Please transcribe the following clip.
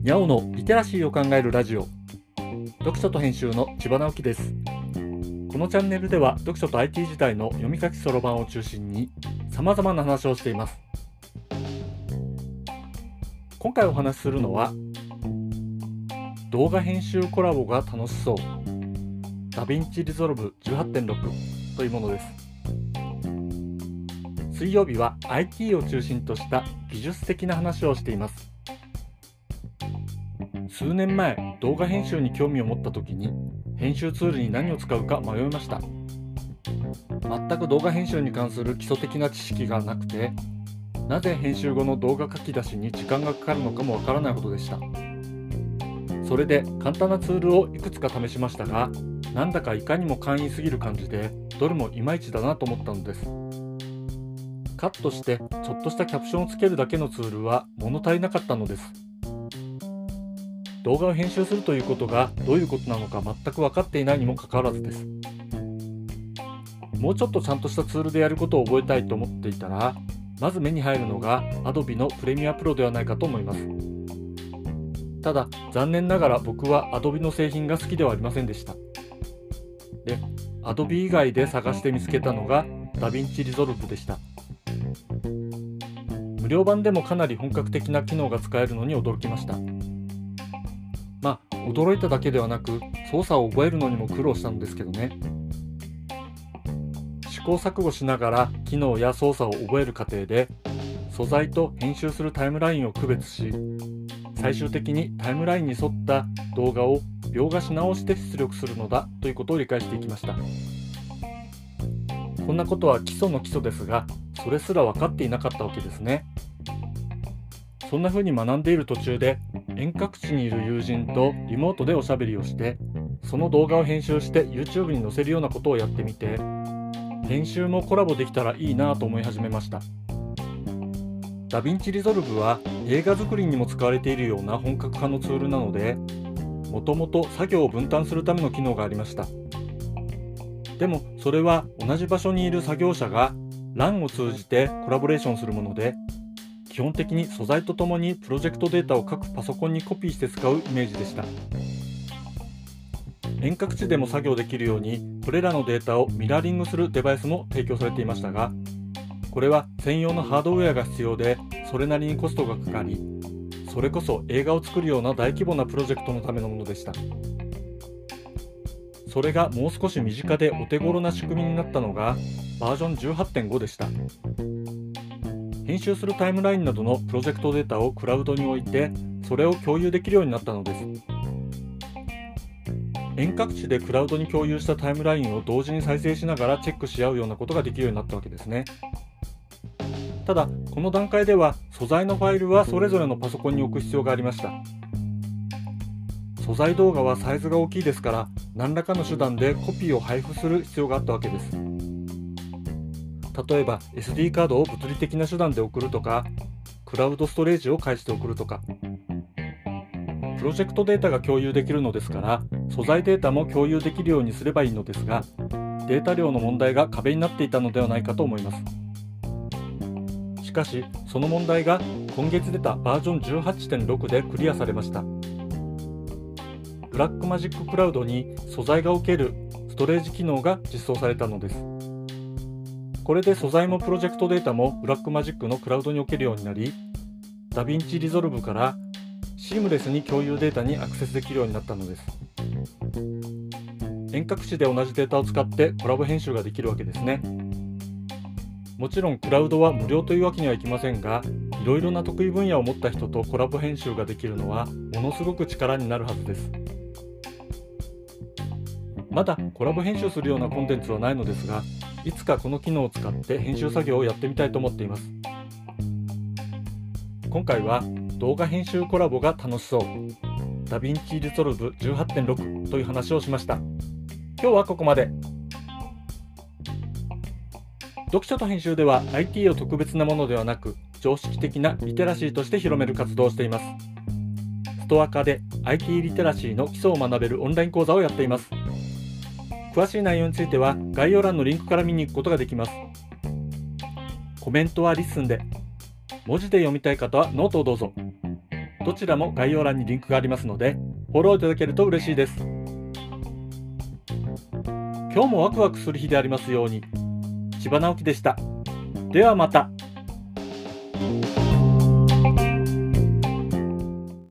にゃおのリテラシーを考えるラジオ、読書と編集の千葉直樹です。このチャンネルでは読書と IT 時代の読み書きそろばんを中心に様々な話をしています。今回お話しするのは動画編集コラボが楽しそう、ダヴィンチリゾルブ 18.6 というものです。水曜日は IT を中心とした技術的な話をしています。数年前、動画編集に興味を持った時に編集ツールに何を使うか迷いました。全く動画編集に関する基礎的な知識がなくて、なぜ編集後の動画書き出しに時間がかかるのかもわからないほどでした。それで簡単なツールをいくつか試しましたが、なんだかいかにも簡易すぎる感じで、どれもいまいちだなと思ったのです。カットしてちょっとしたキャプションをつけるだけのツールは物足りなかったのです。動画を編集するということがどういうことなのか全く分かっていないにもかかわらずです。もうちょっとちゃんとしたツールでやることを覚えたいと思っていたら、まず目に入るのが Adobe のプレミアプロではないかと思います。ただ残念ながら僕は Adobe の製品が好きではありませんでした。で、Adobe 以外で探して見つけたのが DaVinci Resolve でした。無料版でもかなり本格的な機能が使えるのに驚きました。驚いただけではなく、操作を覚えるのにも苦労したのですけどね。試行錯誤しながら機能や操作を覚える過程で、素材と編集するタイムラインを区別し、最終的にタイムラインに沿った動画を描画し直して出力するのだということを理解していきました。こんなことは基礎の基礎ですが、それすら分かっていなかったわけですね。そんな風に学んでいる途中で、遠隔地にいる友人とリモートでおしゃべりをして、その動画を編集して YouTube に載せるようなことをやってみて、編集もコラボできたらいいなと思い始めました。ダヴィンチリゾルブは映画作りにも使われているような本格派のツールなので、もともと作業を分担するための機能がありました。でもそれは同じ場所にいる作業者が LAN を通じてコラボレーションするもので、基本的に素材とともにプロジェクトデータを各パソコンにコピーして使うイメージでした。遠隔地でも作業できるようにこれらのデータをミラーリングするデバイスも提供されていましたが、これは専用のハードウェアが必要で、それなりにコストがかかり、それこそ映画を作るような大規模なプロジェクトのためのものでした。それがもう少し身近でお手頃な仕組みになったのがバージョン 18.5 でした。編集するタイムラインなどのプロジェクトデータをクラウドに置いて、それを共有できるようになったのです。遠隔地でクラウドに共有したタイムラインを同時に再生しながらチェックし合うようなことができるようになったわけですね。ただ、この段階では素材のファイルはそれぞれのパソコンに置く必要がありました。素材動画はサイズが大きいですから、何らかの手段でコピーを配布する必要があったわけです。例えば SD カードを物理的な手段で送るとか、クラウドストレージを介して送るとか。プロジェクトデータが共有できるのですから、素材データも共有できるようにすればいいのですが、データ量の問題が壁になっていたのではないかと思います。しかし、その問題が今月出たバージョン 18.6 でクリアされました。ブラックマジッククラウドに素材が置けるストレージ機能が実装されたのです。これで素材もプロジェクトデータもブラックマジックのクラウドに置けるようになり、ダヴィンチリゾルブからシームレスに共有データにアクセスできるようになったのです。遠隔地で同じデータを使ってコラボ編集ができるわけですね。もちろんクラウドは無料というわけにはいきませんが、いろいろな得意分野を持った人とコラボ編集ができるのはものすごく力になるはずです。まだコラボ編集するようなコンテンツはないのですが、いつかこの機能を使って編集作業をやってみたいと思っています。今回は動画編集コラボが楽しそう、ダヴィンチリゾルブ 18.6 という話をしました。今日はここまで。読書と編集では IT を特別なものではなく、常識的なリテラシーとして広める活動をしています。ストア化で IT リテラシーの基礎を学べるオンライン講座をやっています。詳しい内容については概要欄のリンクから見に行くことができます。コメントはリッスンで、文字で読みたい方はノートをどうぞ。 どちらも概要欄にリンクがありますので、フォローいただけると嬉しいです。今日もワクワクする日でありますように。千葉直樹でした。ではまた。